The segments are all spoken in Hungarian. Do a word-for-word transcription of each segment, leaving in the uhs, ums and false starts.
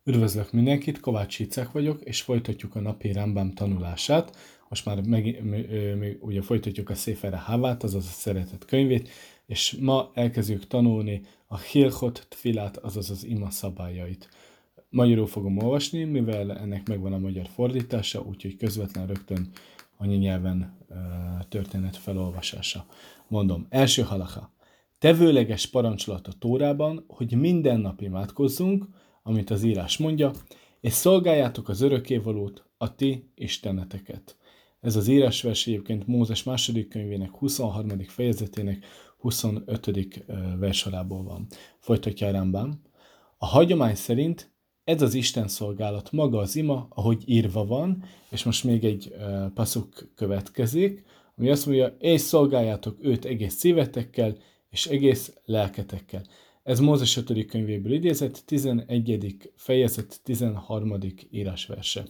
Üdvözlök mindenkit, Kovács Icek vagyok, és folytatjuk a napi Rambam tanulását. Most már meg, meg, ugye folytatjuk a Széfere Havát, azaz a szeretet könyvét, és ma elkezdjük tanulni a Hilchot Tfilát, azaz az ima szabályait. Magyarul fogom olvasni, mivel ennek megvan a magyar fordítása, úgyhogy közvetlen rögtön anyanyelven uh, történet felolvasása. Mondom, első halacha. Tevőleges parancsolat a Tórában, hogy minden nap imádkozzunk, amit az írás mondja, és szolgáljátok az örökkévalót, a ti isteneteket. Ez az írásvers egyébként Mózes második könyvének huszonharmadik fejezetének huszonötödik versorából van. Folytatja a Rambam. A hagyomány szerint ez az Isten szolgálat maga az ima, ahogy írva van, és most még egy uh, passzuk következik, ami azt mondja, és szolgáljátok őt egész szívetekkel, és egész lelketekkel. Ez Mózes ötödik könyvéből idézett, tizenegyedik fejezet, tizenharmadik írásverse.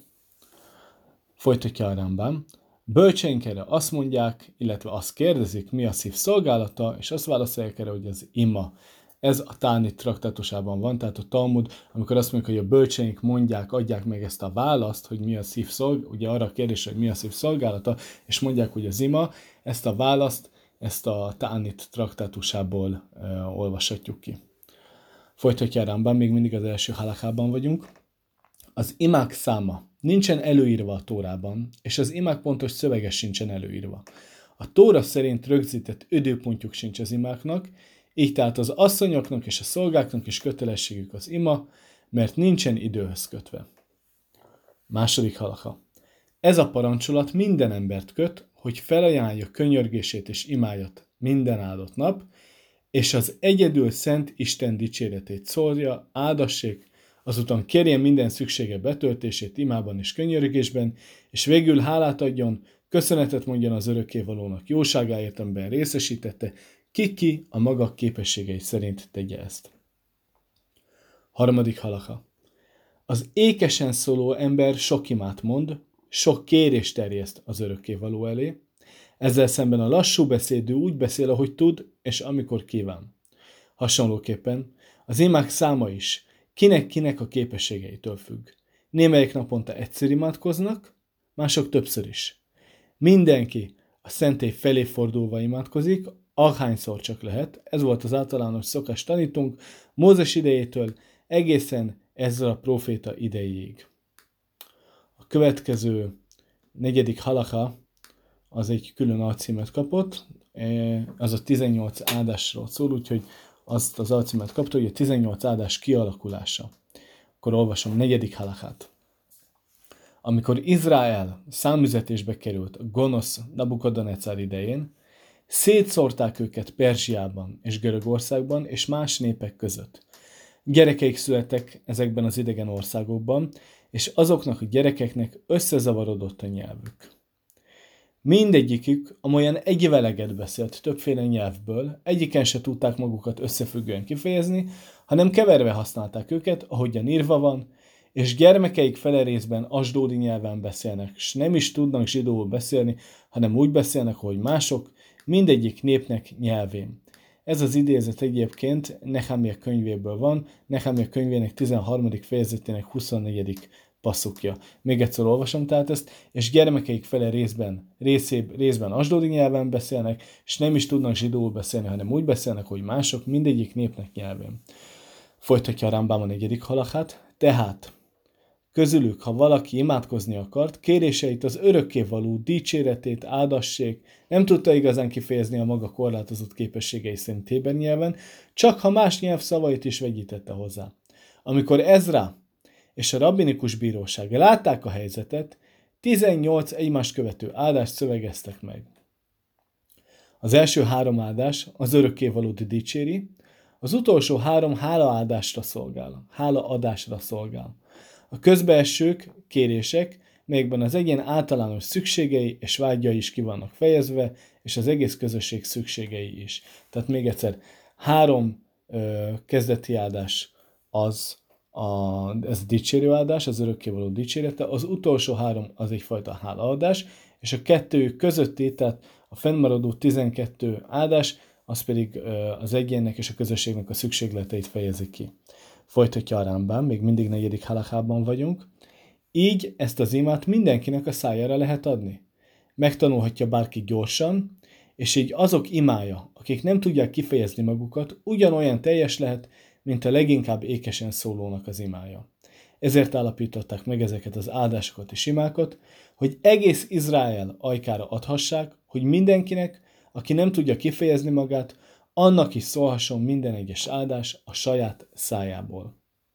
Folytatja a Rambam. Bölcseink erre azt mondják, illetve azt kérdezik, mi a szív szolgálata, és azt válaszolják erre, hogy az ima. Ez a Tánit traktátusában van, tehát a Talmud, amikor azt mondjuk, hogy a bölcseink mondják, adják meg ezt a választ, hogy mi a szív szolgálata, ugye arra a kérdés, hogy mi a szív szolgálata, és mondják, hogy az ima, ezt a választ, ezt a Tánit traktátusából uh, olvashatjuk ki. Folytatja a Rambam, még mindig az első halakában vagyunk. Az imák száma nincsen előírva a Tórában, és az imák pontos szövege sincsen előírva. A Tóra szerint rögzített időpontjuk sincs az imáknak, így tehát az asszonyoknak és a szolgáknak is kötelességük az ima, mert nincsen időhöz kötve. Második halaka. Ez a parancsolat minden embert köt, hogy felajánlja könyörgését és imájat minden áldott nap, és az egyedül szent Isten dicséretét szólja, áldassék, azután kérjen minden szüksége betöltését imában és könyörgésben, és végül hálát adjon, köszönetet mondjon az örökkévalónak jóságáért, amiben részesítette, ki-ki a maga képességei szerint tegye ezt. Harmadik halaka. Az ékesen szóló ember sok imát mond, sok kérést terjeszt az örökkévaló elé, ezzel szemben a lassú beszédű úgy beszél, ahogy tud, és amikor kíván. Hasonlóképpen az imák száma is kinek-kinek a képességeitől függ. Némelyek naponta egyszer imádkoznak, mások többször is. Mindenki a szentély felé fordulva imádkozik, ahányszor csak lehet. Ez volt az általános szokás tanítunk Mózes idejétől egészen ezzel a próféta idejéig. A következő negyedik halakha az egy külön alcímet kapott, az a tizennyolc áldásról szól, úgyhogy azt az alcímet kapta, hogy a tizennyolc áldás kialakulása. Akkor olvasom a negyedik halakát. Amikor Izrael számüzetésbe került a gonosz Nabukadnecár idején, szétszórták őket Perzsiában és Görögországban és más népek között. Gyerekeik születtek ezekben az idegen országokban, és azoknak a gyerekeknek összezavarodott a nyelvük. Mindegyikük amolyan egy veleget beszélt többféle nyelvből, egyiken se tudták magukat összefüggően kifejezni, hanem keverve használták őket, ahogyan írva van, és gyermekeik fele részben asdódi nyelven beszélnek, s nem is tudnak zsidóul beszélni, hanem úgy beszélnek, hogy mások, mindegyik népnek nyelvén. Ez az idézet egyébként Nehemia könyvéből van, Nehemia könyvének tizenharmadik fejezetének huszonnegyedik passzukja. Még egyszer olvasom tehát ezt, és gyermekeik fele részben, részébb, részben asdódi nyelven beszélnek, és nem is tudnak zsidóul beszélni, hanem úgy beszélnek, hogy mások, mindegyik népnek nyelvén. Folytatja a Rambam a negyedik halakát. Tehát közülük, ha valaki imádkozni akart, kéréseit az örökkévaló dicséretét, áldassék, nem tudta igazán kifejezni a maga korlátozott képességei szerint héber nyelven, csak ha más nyelv szavait is vegyítette hozzá. Amikor Ezra és a rabbinikus bíróság látták a helyzetet, tizennyolc egymást követő áldást szövegeztek meg. Az első három áldás az örökkévalót dicséri, az utolsó három hálaáldásra szolgál, hálaadásra szolgál. A közbeesők, kérések, melyekben az egyén általános szükségei és vágyai is ki vannak fejezve, és az egész közösség szükségei is. Tehát még egyszer, három ö, kezdeti áldás az a, ez a dicsérő áldás, az örökkévaló dicsérete, az utolsó három az egyfajta hálaadás, és a kettő közötti, tehát a fennmaradó tizenkettő áldás, az pedig ö, az egyénnek és a közösségnek a szükségleteit fejezi ki. Folytatja a Rambam, még mindig negyedik halachában vagyunk. Így ezt az imát mindenkinek a szájára lehet adni. Megtanulhatja bárki gyorsan, és így azok imája, akik nem tudják kifejezni magukat, ugyanolyan teljes lehet, mint a leginkább ékesen szólónak az imája. Ezért állapították meg ezeket az áldásokat és imákat, hogy egész Izrael ajkára adhassák, hogy mindenkinek, aki nem tudja kifejezni magát, annak is szólhasson minden egyes áldás a saját szájából.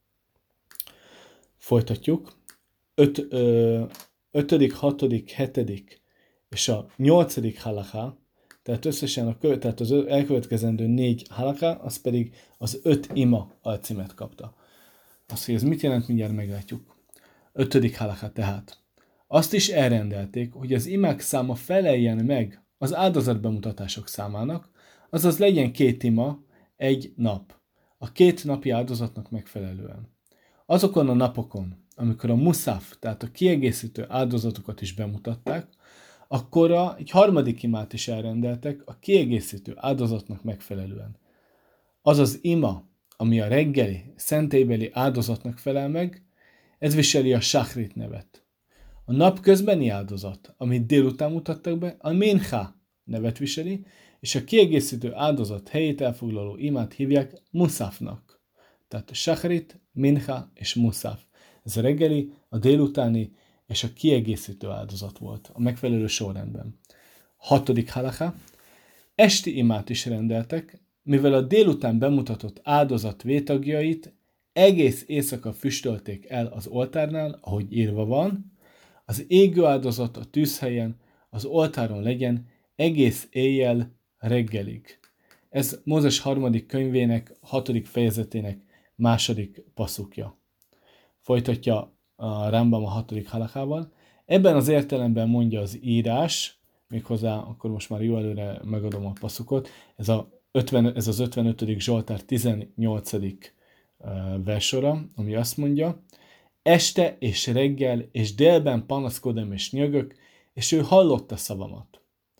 Folytatjuk. Öt, ö, ötödik, hatodik, hetedik és a nyolcadik halaká, tehát összesen a, tehát az elkövetkezendő négy halaká, az pedig az öt ima alcímet kapta. Azt, hogy ez mit jelent, mindjárt meglátjuk. Ötödik halaká tehát. Azt is elrendelték, hogy az imák száma feleljen meg az áldozatbemutatások számának, azaz legyen két ima egy nap. A két napi áldozatnak megfelelően. Azokon a napokon, amikor a muszaf, tehát a kiegészítő áldozatokat is bemutatták, akkor a, egy harmadik imát is elrendeltek a kiegészítő áldozatnak megfelelően. Az az ima, ami a reggeli, szentélybeli áldozatnak felel meg, ez viseli a shachrit nevet. A napközbeni áldozat, amit délután mutattak be, a mincha nevet viseli, és a kiegészítő áldozat helyét elfoglaló imát hívják muszafnak. Tehát a shachrit, mincha és muszaf. Ez a reggeli, a délutáni és a kiegészítő áldozat volt, a megfelelő sorrendben. Hatodik halaká. Esti imát is rendeltek, mivel a délután bemutatott áldozat vétagjait egész éjszaka füstölték el az oltárnál, ahogy írva van, az égő áldozat a tűzhelyen, az oltáron legyen egész éjjel reggelig. Ez Mózes harmadik könyvének, hatodik fejezetének második passzukja. Folytatja a Rambam a hatodik halakával. Ebben az értelemben mondja az írás, méghozzá, akkor most már jó előre megadom a passzukot, ez, a ötven, ez az ötvenötödik Zsoltár tizennyolcadik versora, ami azt mondja, este és reggel és délben panaszkodom és nyögök, és ő hallotta szavamat.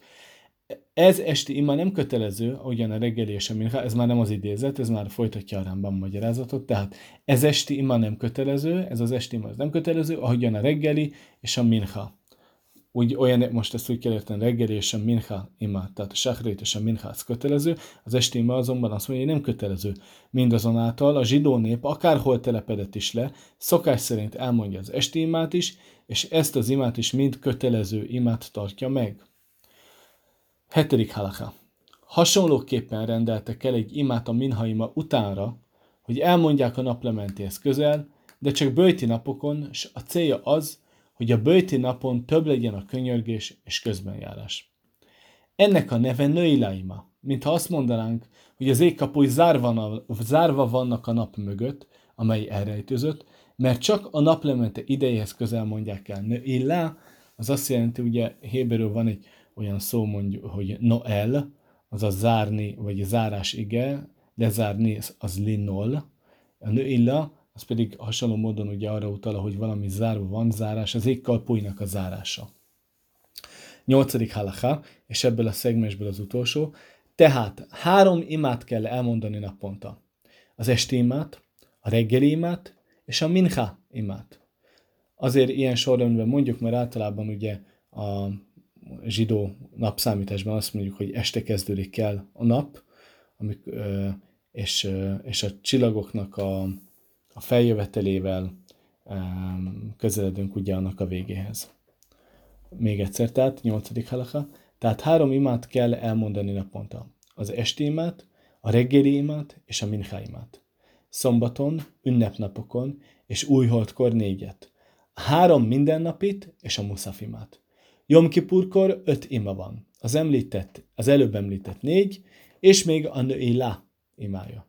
Ez esti ima nem kötelező, ahogyan a reggeli és a mincha, ez már nem az idézet, ez már folytatja a Rambam magyarázatot, tehát ez esti ima nem kötelező, ez az esti ima az nem kötelező, ahogyan a reggeli és a mincha. Úgy, olyan, most ezt úgy kell érteni, reggeli és a mincha ima, tehát a shachrit és a mincha az kötelező, az esti ima azonban azt mondja, hogy nem kötelező. Mindazonáltal a zsidó nép akárhol telepedett is le, szokás szerint elmondja az esti imát is, és ezt az imát is mind kötelező imát tartja meg. Hetedik halakha. Hasonlóképpen rendeltek el egy imát a minha ima utánra, hogy elmondják a naplementéhez közel, de csak böjti napokon, és a célja az, hogy a böjti napon több legyen a könyörgés és közbenjárás. Ennek a neve nöila ima, mintha azt mondanánk, hogy az égkapuj zárva, zárva vannak a nap mögött, amely elrejtőzött, mert csak a naplemente idejéhez közel mondják el. Nöila, az azt jelenti, ugye héberül van egy olyan szó mondjuk, hogy Noel, azaz zárni, vagy zárás ige, lezárni az linol. A nöilla, az pedig hasonló módon ugye arra utal, hogy valami zárva van, zárás, az égkalpújnak a zárása. Nyolcadik halakha, és ebből a szegmensből az utolsó. Tehát három imát kell elmondani naponta. Az esti imát, a reggeli imát, és a mincha imát. Azért ilyen sorrendben mondjuk, mert általában ugye a zsidó napszámításban azt mondjuk, hogy este kezdődik el a nap, amik, és, és a csillagoknak a, a feljövetelével közeledünk ugye annak a végéhez. Még egyszer, tehát nyolcadik halakha. Tehát három imát kell elmondani naponta. Az esti imát, a reggeli imát és a mincha imát. Szombaton, ünnepnapokon és újholdkor négyet. Három mindennapit és a muszaf imát. Jom Kipurkor öt ima van. Az, említett, az előbb említett négy, és még a nöila imája.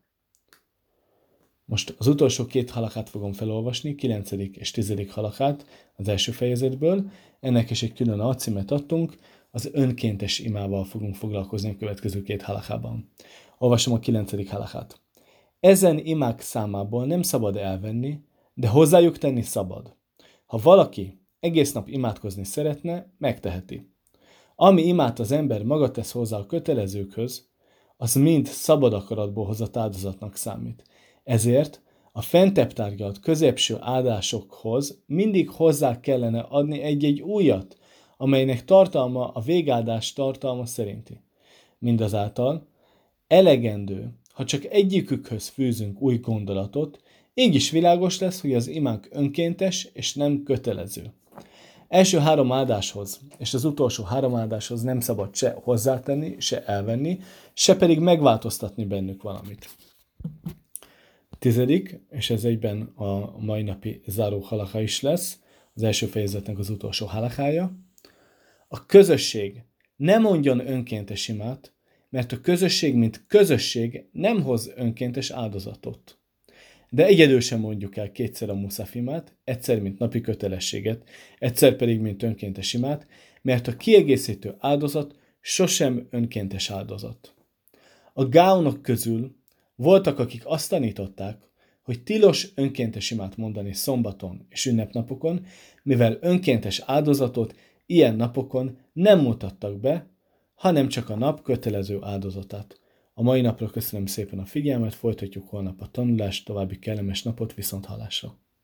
Most az utolsó két halakát fogom felolvasni, kilencedik és tizedik halakát az első fejezetből. Ennek is egy külön alcímet adtunk, az önkéntes imával fogunk foglalkozni a következő két halakában. Olvasom a kilencedik halakát. Ezen imák számából nem szabad elvenni, de hozzájuk tenni szabad. Ha valaki egész nap imádkozni szeretne, megteheti. Ami imát az ember maga tesz hozzá a kötelezőkhöz, az mind szabad akaratból hozott áldozatnak számít. Ezért A fentebb tárgyalt középső áldásokhoz mindig hozzá kellene adni egy-egy újat, amelynek tartalma a végáldás tartalma szerinti. Mindazáltal elegendő, ha csak egyikükhöz fűzünk új gondolatot, így is világos lesz, hogy az imánk önkéntes és nem kötelező. Első három áldáshoz és az utolsó három áldáshoz nem szabad se hozzátenni, se elvenni, se pedig megváltoztatni bennük valamit. Tizedik, és ez egyben a mai napi záró halakha is lesz, az első fejezetnek az utolsó halakhája. A közösség ne mondjon önkéntes imát, mert a közösség, mint közösség nem hoz önkéntes áldozatot. De egyedül sem mondjuk el kétszer a muszaf imát, egyszer, mint napi kötelességet, egyszer pedig, mint önkéntes imát, mert a kiegészítő áldozat sosem önkéntes áldozat. A gáonok közül voltak, akik azt tanították, hogy tilos önkéntes imát mondani szombaton és ünnepnapokon, mivel önkéntes áldozatot ilyen napokon nem mutattak be, hanem csak a nap kötelező áldozatát. A mai napra köszönöm szépen a figyelmet, folytatjuk holnap a tanulást, további kellemes napot, viszonthallásra!